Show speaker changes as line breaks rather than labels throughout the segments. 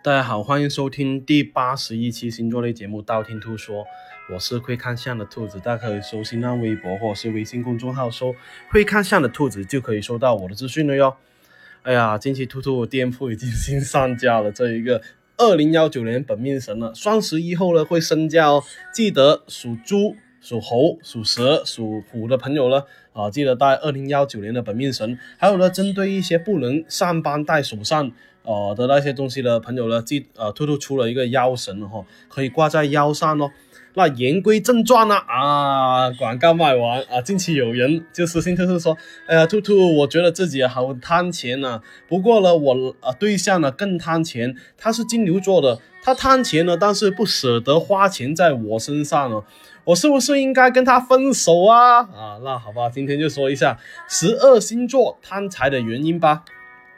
大家好，欢迎收听第81期星座类节目《道听途说》，我是会看相的兔子，大家可以搜新浪微博或者是微信公众号搜“会看相的兔子”就可以收到我的资讯了哟。哎呀，近期兔兔店铺已经新上架了这一个2019年本命神了，双11后呢会升价哦，记得属猪、属猴、属蛇、属虎的朋友呢，记得带2019年的本命神。还有呢，针对一些不能上班带手上的那些东西的朋友呢，兔兔出了一个腰绳可以挂在腰上哦。那言归正传广告卖完近期有人就私信兔兔说，哎呀，兔兔，我觉得自己好贪钱不过呢，我对象呢更贪钱，他是金牛座的，他贪钱呢，但是不舍得花钱在我身上哦。我是不是应该跟他分手那好吧，今天就说一下12星座贪财的原因吧。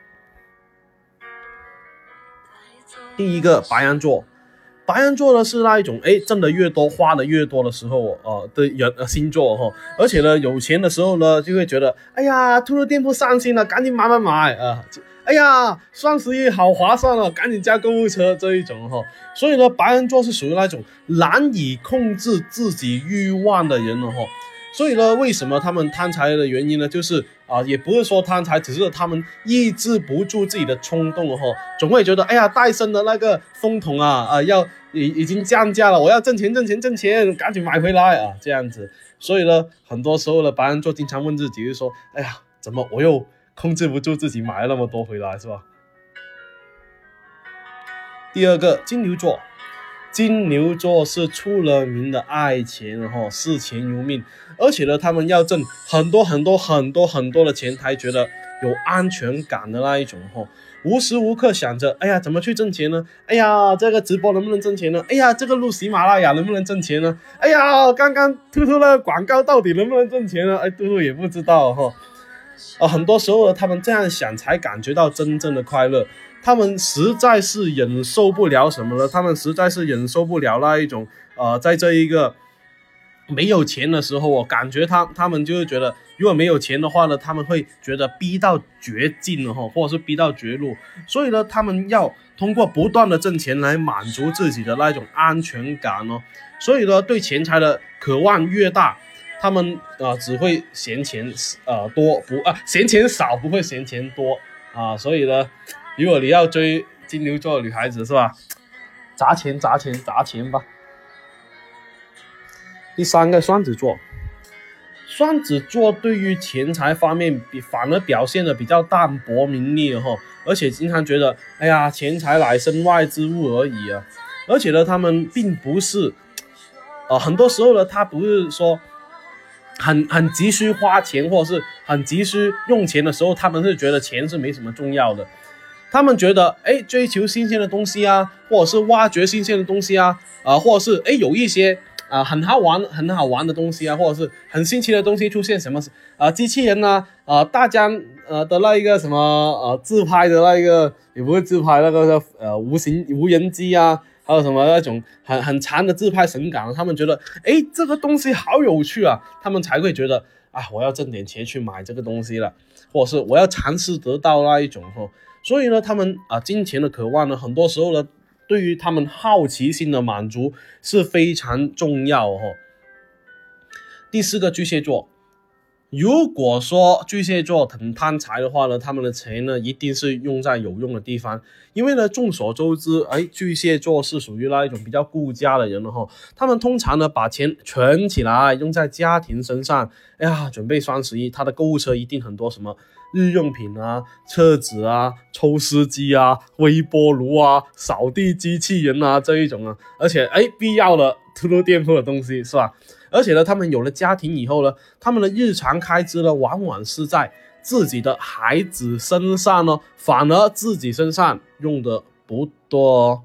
第一个，白羊座。白羊座呢是那一种挣得越多花的越多的时候的星座而且呢有钱的时候呢就会觉得，哎呀，兔兔店铺上新了，赶紧买哎呀，双11好划算了，赶紧加购物车这一种所以呢白羊座是属于那种难以控制自己欲望的人所以呢为什么他们贪财的原因呢，就是也不是说贪财，只是他们抑制不住自己的冲动总会觉得，哎呀，戴森的那个风筒已经降价了，我要挣钱，赶紧买回来这样子。所以呢很多时候呢白羊座经常问自己，就说，哎呀，怎么我又控制不住自己买了那么多回来，是吧？第二个，金牛座。金牛座是出了名的爱钱视钱如命，而且呢他们要挣很多的钱才觉得有安全感的那一种无时无刻想着，哎呀，怎么去挣钱呢？哎呀，这个直播能不能挣钱呢？哎呀，这个录喜马拉雅能不能挣钱呢？哎呀，刚刚兔兔的广告到底能不能挣钱呢？兔兔也不知道很多时候呢他们这样想才感觉到真正的快乐。他们实在是忍受不了什么了，他们实在是忍受不了那一种在这一个没有钱的时候感觉他们就会觉得，如果没有钱的话呢，他们会觉得逼到绝境了或者是逼到绝路，所以呢他们要通过不断的挣钱来满足自己的那种安全感所以呢对钱财的渴望越大，他们只会嫌钱嫌钱少，不会嫌钱多所以呢如果你要追金牛座的女孩子，是吧，砸钱吧。第三个，双子座。双子座对于钱财方面反而表现的比较淡泊名利而且经常觉得，哎呀，钱财乃身外之物而已而且呢他们并不是很多时候呢他不是说很急需花钱，或者是很急需用钱的时候，他们是觉得钱是没什么重要的。他们觉得追求新鲜的东西或者是挖掘新鲜的东西或者是有一些很好玩的东西或者是很新奇的东西出现，什么机器人大疆的那一个什么自拍的那一个，也不是自拍，那个无人机还有什么那种很长的自拍神感，他们觉得这个东西好有趣他们才会觉得我要挣点钱去买这个东西了，或者是我要尝试得到那一种所以呢他们金钱的渴望呢，很多时候呢对于他们好奇心的满足是非常重要第四个，巨蟹座。如果说巨蟹座很贪财的话呢，他们的钱呢一定是用在有用的地方，因为呢众所周知巨蟹座是属于那一种比较顾家的人他们通常呢把钱存起来用在家庭身上，准备双11，他的购物车一定很多，什么日用品车子抽湿机微波炉扫地机器人这一种而且必要的兔兔店铺的东西，是吧？而且呢他们有了家庭以后呢，他们的日常开支呢往往是在自己的孩子身上反而自己身上用的不多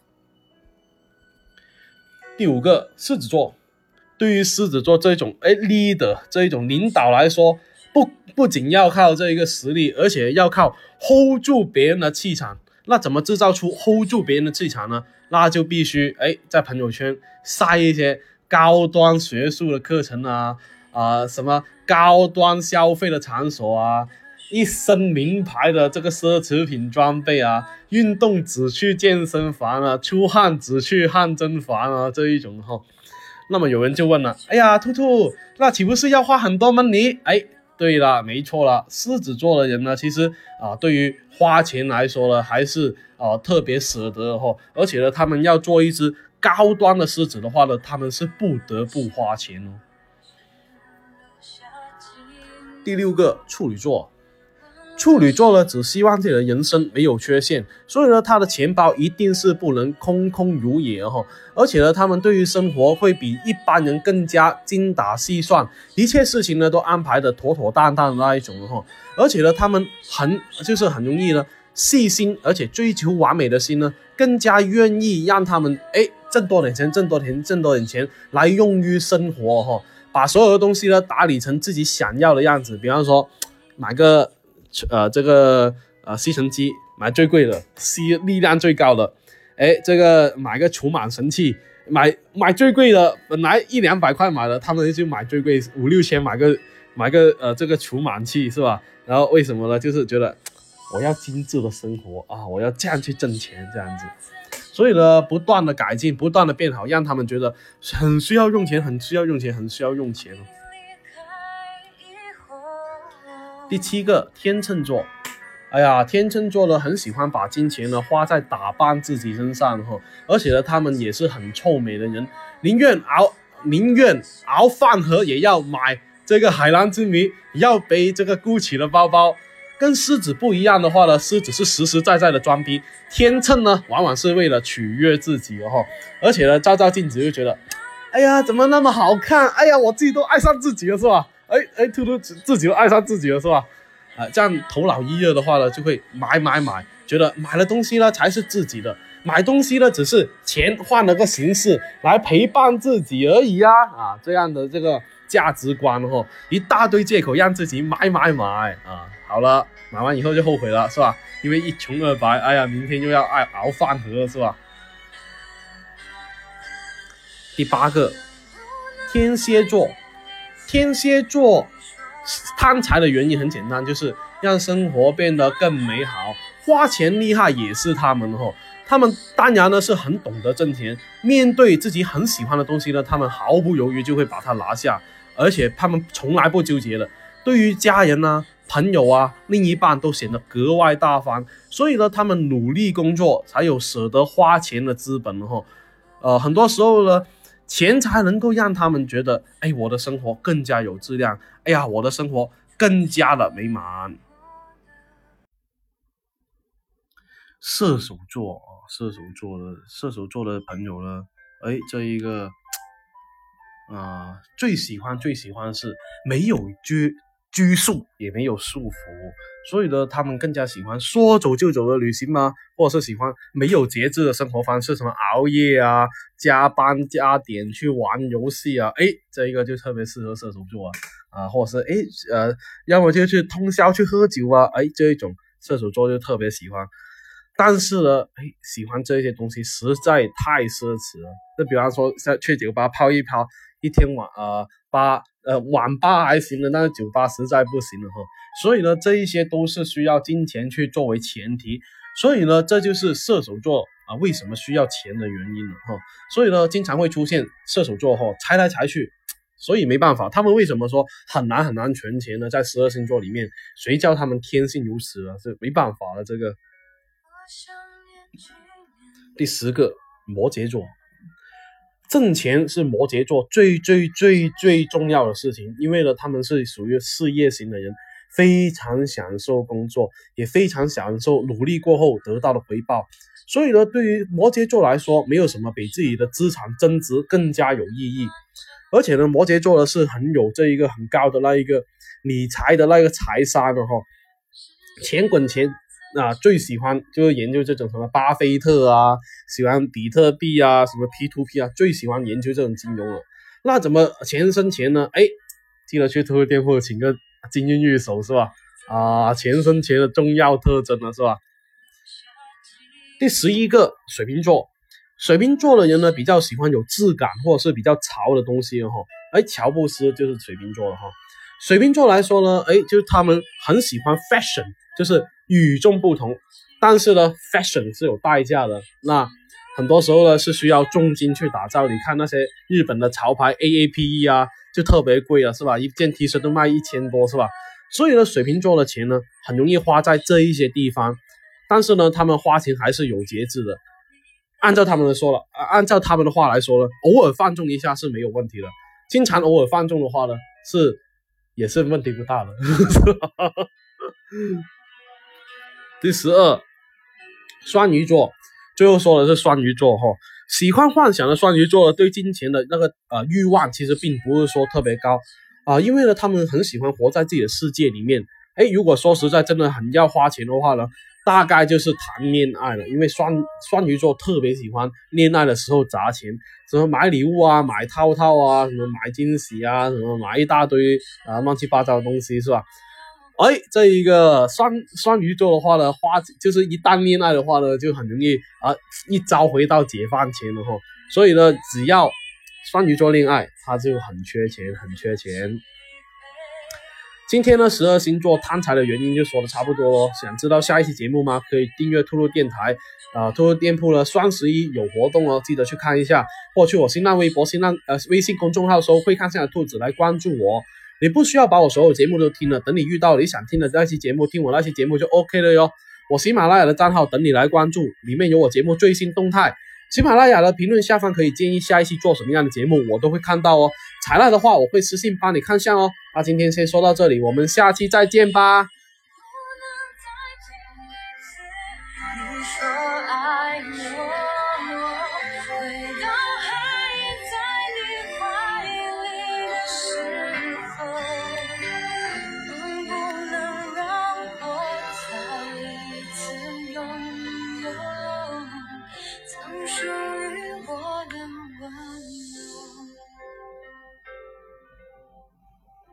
第五个，狮子座。对于狮子座这种leader 这一种领导来说，不仅要靠这一个实力，而且要靠 hold 住别人的气场。那怎么制造出 hold 住别人的气场呢？那就必须在朋友圈晒一些高端学术的课程什么高端消费的场所一身名牌的这个奢侈品装备啊，运动只去健身房啊，出汗只去汗蒸房啊，这一种哈。那么有人就问了，哎呀，兔兔，那岂不是要花很多 money？ 哎，对了，没错了，狮子座的人呢，其实对于花钱来说呢，还是特别舍得哈，而且呢，他们要做一只高端的狮子的话呢，他们是不得不花钱哦。第6个，处女座。处女座呢，只希望自己的人生没有缺陷，所以呢，他的钱包一定是不能空空如也哈。而且呢，他们对于生活会比一般人更加精打细算，一切事情呢都安排的妥妥当当的那一种哈。而且呢，他们很容易呢细心，而且追求完美的心呢，更加愿意让他们挣多点钱来用于生活哈，把所有的东西呢打理成自己想要的样子。比方说，买个吸尘机，买最贵的，吸力量最高的，这个买个除螨神器，买最贵的，本来100-200块买的，他们就买最贵5-6千买个这个除螨器是吧？然后为什么呢？就是觉得我要精致的生活啊，我要这样去挣钱这样子，所以呢，不断的改进，不断的变好，让他们觉得很需要用钱。第7个，天秤座。哎呀，天秤座呢很喜欢把金钱呢花在打扮自己身上哈，而且呢他们也是很臭美的人，宁愿熬饭盒也要买这个海蓝之谜，要背这个 GUCCI 的包包。跟狮子不一样的话呢，狮子是实实在在的装逼，天秤呢往往是为了取悦自己哈，而且呢照镜子就觉得，哎呀怎么那么好看，哎呀我自己都爱上自己了是吧？兔兔自己都爱上自己了是吧？这样头脑一热的话呢，就会买，觉得买了东西呢才是自己的，买东西呢只是钱换了个形式来陪伴自己而已啊，这样的这个价值观一大堆借口让自己买啊，好了，买完以后就后悔了是吧？因为一穷二白，哎呀，明天又要熬饭盒是吧？第8个，天蝎座。天蝎座贪财的原因很简单，就是让生活变得更美好，花钱厉害也是他们他们当然呢是很懂得挣钱，面对自己很喜欢的东西呢，他们毫不犹豫就会把它拿下，而且他们从来不纠结的，对于家人啊、朋友啊、另一半都显得格外大方，所以呢，他们努力工作才有舍得花钱的资本很多时候呢，钱才能够让他们觉得，我的生活更加有质量，我的生活更加的美满。射手座的朋友呢，这一个最喜欢的是没有拘束，也没有束缚，所以呢，他们更加喜欢说走就走的旅行嘛，或者是喜欢没有节制的生活方式，什么熬夜啊、加班加点去玩游戏啊，这一个就特别适合射手座或者是要么就去通宵去喝酒啊，这一种射手座就特别喜欢。但是呢，喜欢这些东西实在太奢侈了。就比方说，去酒吧泡一泡，一天网吧还行的，但是酒吧实在不行了所以呢，这一些都是需要金钱去作为前提。所以呢，这就是射手座为什么需要钱的原因了所以呢，经常会出现射手座财来财去。所以没办法，他们为什么说很难存钱呢？在12星座里面，谁叫他们天性如此了？是没办法了，这个。第10个，摩羯座。挣钱是摩羯座最重要的事情，因为呢，他们是属于事业型的人，非常享受工作，也非常享受努力过后得到的回报。所以呢，对于摩羯座来说，没有什么比自己的资产增值更加有意义。而且呢，摩羯座呢是很有这一个很高的那一个理财的那个财商的钱滚钱最喜欢就是研究这种什么巴菲特啊，喜欢比特币啊，什么 P2P 啊，最喜欢研究这种金融了。那怎么钱生钱呢？记得去特店铺请个金运玉手是吧？钱生钱的重要特征了是吧？第11个，水瓶座。水瓶座的人呢，比较喜欢有质感或者是比较潮的东西乔布斯就是水瓶座的水瓶座来说呢，就是他们很喜欢 fashion， 就是与众不同，但是呢 fashion 是有代价的，那很多时候呢是需要重金去打造。你看那些日本的潮牌 AAPE 啊，就特别贵了，是吧？一件 T 恤都卖1000多，是吧？所以呢，水瓶座的钱呢很容易花在这一些地方，但是呢，他们花钱还是有节制的。按照他们的话来说呢，偶尔放纵一下是没有问题的，经常偶尔放纵的话呢，也是问题不大的。第12，双鱼座，最后说的是双鱼座哈，喜欢幻想的双鱼座对金钱的那个欲望其实并不是说特别高因为呢他们很喜欢活在自己的世界里面。如果说实在真的很要花钱的话呢，大概就是谈恋爱了，因为双鱼座特别喜欢恋爱的时候砸钱，什么买礼物啊，买套套啊，什么买惊喜啊，什么买一大堆乱七八糟的东西，是吧？这一个双鱼座的话呢，就是一旦恋爱的话呢，就很容易一朝回到解放前了哈。所以呢，只要双鱼座恋爱，他就很缺钱，很缺钱。今天呢，12星座贪财的原因就说的差不多咯。想知道下一期节目吗？可以订阅兔兔电台兔兔店铺呢双11有活动哦，记得去看一下，或去我新浪微博、微信公众号搜会看相的兔子来关注我。你不需要把我所有节目都听了，等你遇到你想听的那期节目，听我那期节目就 OK 了哟。我喜马拉雅的账号等你来关注，里面有我节目最新动态。喜马拉雅的评论下方可以建议下一期做什么样的节目，我都会看到哦。采纳的话，我会私信帮你看相哦。那今天先说到这里，我们下期再见吧。
说